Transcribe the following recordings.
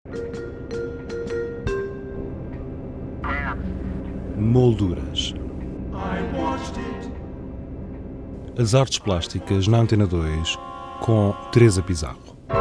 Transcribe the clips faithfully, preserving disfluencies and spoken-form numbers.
Molduras. As artes plásticas na Antena dois com Teresa Pizarro.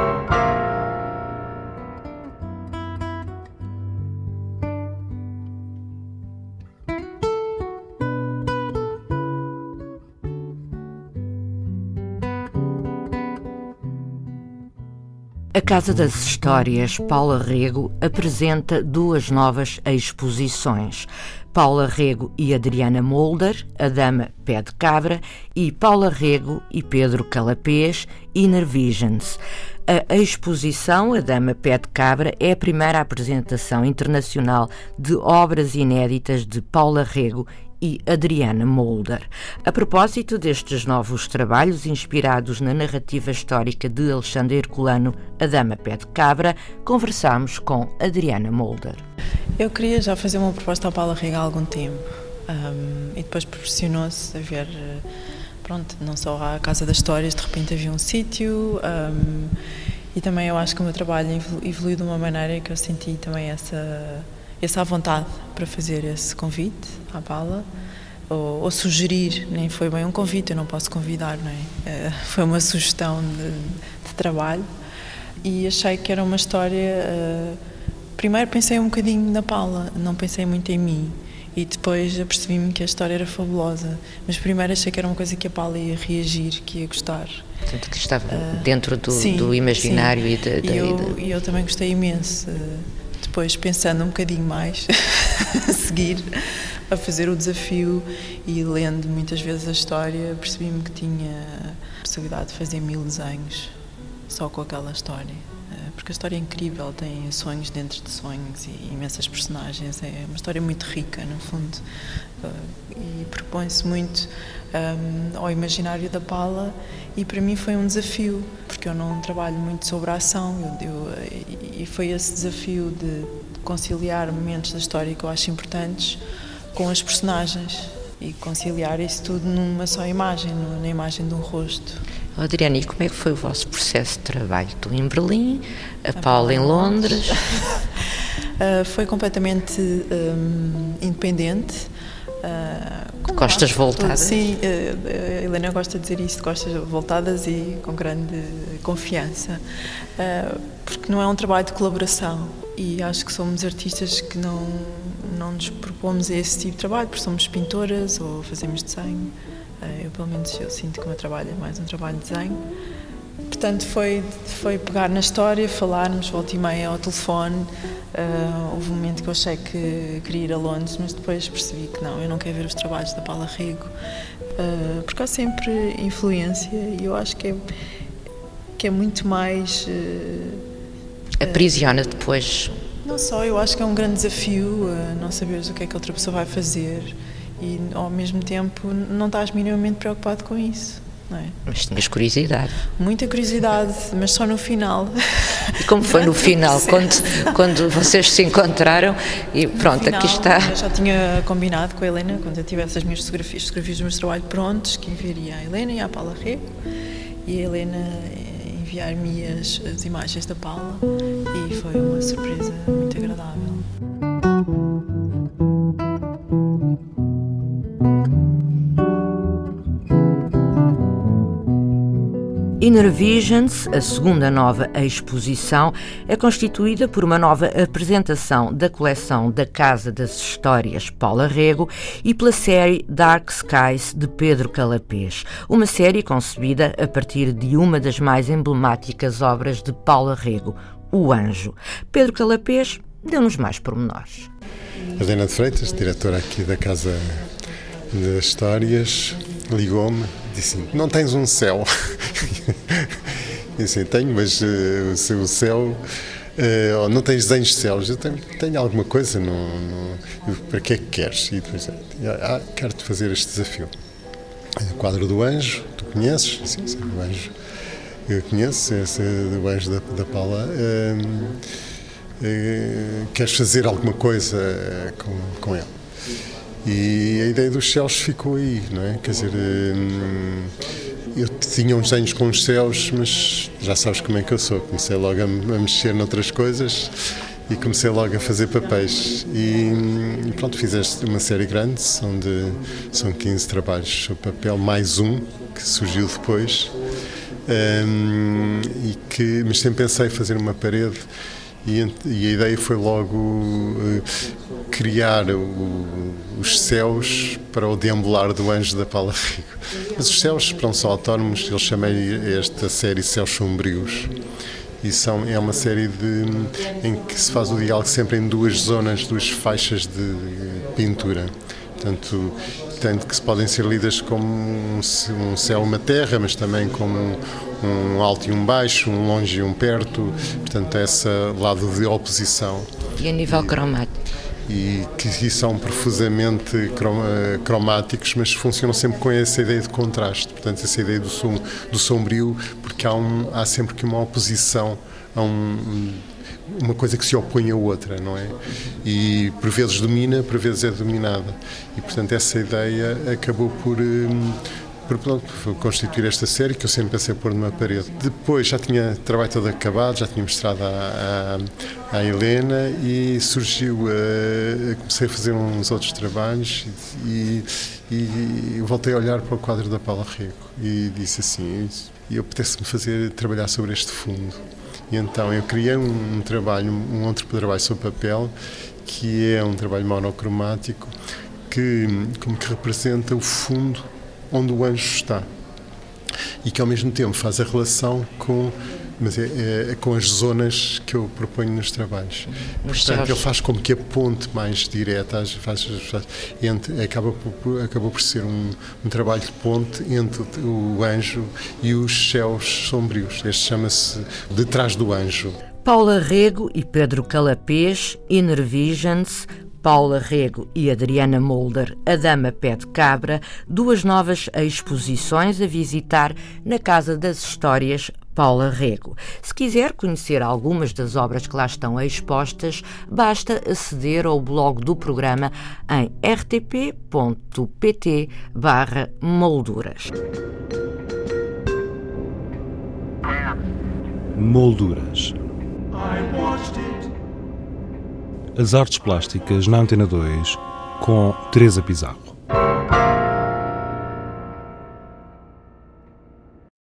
A Casa das Histórias, Paula Rego, apresenta duas novas exposições. Paula Rego e Adriana Mulder, A Dama Pé de Cabra, e Paula Rego e Pedro Calapés, Inner Visions. A exposição A Dama Pé de Cabra é a primeira apresentação internacional de obras inéditas de Paula Rego e Adriana Mulder. A propósito destes novos trabalhos inspirados na narrativa histórica de Alexandre Herculano, A Dama Pé de Cabra, conversámos com Adriana Mulder. Eu queria já fazer uma proposta à Paula Rego há algum tempo um, e depois proporcionou-se a ver, pronto, não só a Casa das Histórias, de repente havia um sítio um, e também eu acho que o meu trabalho evoluiu de uma maneira que eu senti também essa... essa vontade para fazer esse convite à Paula, ou, ou sugerir, nem foi bem um convite, eu não posso convidar, não é? Uh, foi uma sugestão de, de trabalho e achei que era uma história... Uh, primeiro pensei um bocadinho na Paula, não pensei muito em mim, e depois apercebi-me que a história era fabulosa, mas primeiro achei que era uma coisa que a Paula ia reagir, que ia gostar. Portanto, que estava uh, dentro do, sim, do imaginário sim. e da... E eu, e eu também gostei imenso. Uh, Depois, pensando um bocadinho mais, a seguir, a fazer o desafio e lendo muitas vezes a história, percebi-me que tinha a possibilidade de fazer mil desenhos só com aquela história. Porque a história é incrível, tem sonhos dentro de sonhos e imensas personagens. É uma história muito rica, no fundo, e propõe-se muito um, ao imaginário da Paula. E para mim foi um desafio, porque eu não trabalho muito sobre a ação, eu, eu, e foi esse desafio de conciliar momentos da história que eu acho importantes com as personagens e conciliar isso tudo numa só imagem, na imagem de um rosto. Adriana, e como é que foi o vosso processo de trabalho? Tu em Berlim, a, a Paula em Londres? uh, foi completamente um, independente. Uh, Costas voltadas? Sim, uh, a Helena gosta de dizer isso, de costas voltadas e com grande confiança, uh, porque não é um trabalho de colaboração e acho que somos artistas que não, não nos propomos a esse tipo de trabalho, porque somos pintoras ou fazemos desenho. Uh, eu, pelo menos, eu sinto que o meu trabalho é mais um trabalho de desenho. Portanto, foi, foi pegar na história, falarmos, volta e meia ao telefone. Uh, houve um momento que eu achei que queria ir a Londres, mas depois percebi que não, eu não quero ver os trabalhos da Paula Rego, uh, porque há sempre influência e eu acho que é, que é muito mais... Uh, Aprisiona depois? Não só, eu acho que é um grande desafio uh, não saberes o que é que outra pessoa vai fazer e, ao mesmo tempo, não estás minimamente preocupado com isso. Não é? Mas tinhas curiosidade. Muita curiosidade, mas só no final. E como foi no final, quando, quando vocês se encontraram e pronto, final, aqui está. Eu já tinha combinado com a Helena, quando eu tivesse as minhas fotografias, fotografias do meu trabalho prontos, que enviaria à Helena e à Paula Rego, e a Helena enviar-me as, as imagens da Paula, e foi uma surpresa muito agradável. Inner Visions, a segunda nova exposição, é constituída por uma nova apresentação da coleção da Casa das Histórias Paula Rego e pela série Dark Skies de Pedro Calapés, uma série concebida a partir de uma das mais emblemáticas obras de Paula Rego, O Anjo. Pedro Calapés deu-nos mais pormenores. Adriana de Freitas, diretora aqui da Casa das Histórias, ligou-me. Disse, não tens um céu? Eu disse, tenho, mas uh, o seu céu, uh, não tens desenhos de céus? Eu tenho, tenho alguma coisa, no, no, para que é que queres? E depois, ah, quero-te fazer este desafio. O quadro do Anjo, tu conheces? Sim, sim, o Anjo. Eu conheço, esse do Anjo da, da Paula. Uh, uh, queres fazer alguma coisa com, com ele? E a ideia dos céus ficou aí, não é? Quer dizer, hum, eu tinha uns desenhos com os céus, mas já sabes como é que eu sou. Comecei logo a, a mexer noutras coisas e comecei logo a fazer papéis. E, e pronto, fiz uma série grande, onde são quinze trabalhos sobre papel, mais um que surgiu depois. Um, e que, mas sempre pensei em fazer uma parede. E, e a ideia foi logo uh, criar o, os céus para o deambular do Anjo da Paula Rego. Mas os céus, pronto, são autónomos, eu chamei esta série Céus Sombrios. E são, é uma série de, em que se faz o diálogo sempre em duas zonas, duas faixas de pintura. Portanto, tanto que se podem ser lidas como um, um céu e uma terra, mas também como um, um alto e um baixo, um longe e um perto, portanto, esse lado de oposição. E a nível cromático? E que são profusamente cromáticos, mas funcionam sempre com essa ideia de contraste, portanto, essa ideia do, som, do sombrio, porque há, um, há sempre que uma oposição a um... uma coisa que se opõe a outra, não é? E por vezes domina, por vezes é dominada. E, portanto, essa ideia acabou por, por, por constituir esta série, que eu sempre pensei pôr numa parede. Depois já tinha o trabalho todo acabado, já tinha mostrado à, à, à Helena e surgiu, a, comecei a fazer uns outros trabalhos e, e, e voltei a olhar para o quadro da Paula Rego e disse assim, e eu apetece-me fazer, trabalhar sobre este fundo. E então eu criei um, um trabalho, um outro trabalho sobre papel, que é um trabalho monocromático, que, como que representa o fundo onde o anjo está. E que ao mesmo tempo faz a relação com, mas é, é, com as zonas que eu proponho nos trabalhos. Portanto, ele faz como que a ponte mais direta, faz, faz, entre, acaba por, acabou por ser um, um trabalho de ponte entre o anjo e os céus sombrios. Este chama-se De Trás do Anjo. Paula Rego e Pedro Calapés, Inner Visions. Paula Rego e Adriana Mulder, A Dama Pé de Cabra, duas novas exposições a visitar na Casa das Histórias Paula Rego. Se quiser conhecer algumas das obras que lá estão expostas, basta aceder ao blog do programa em r t p ponto p t barra molduras. Molduras. As artes plásticas na Antena dois, com Teresa Pizarro.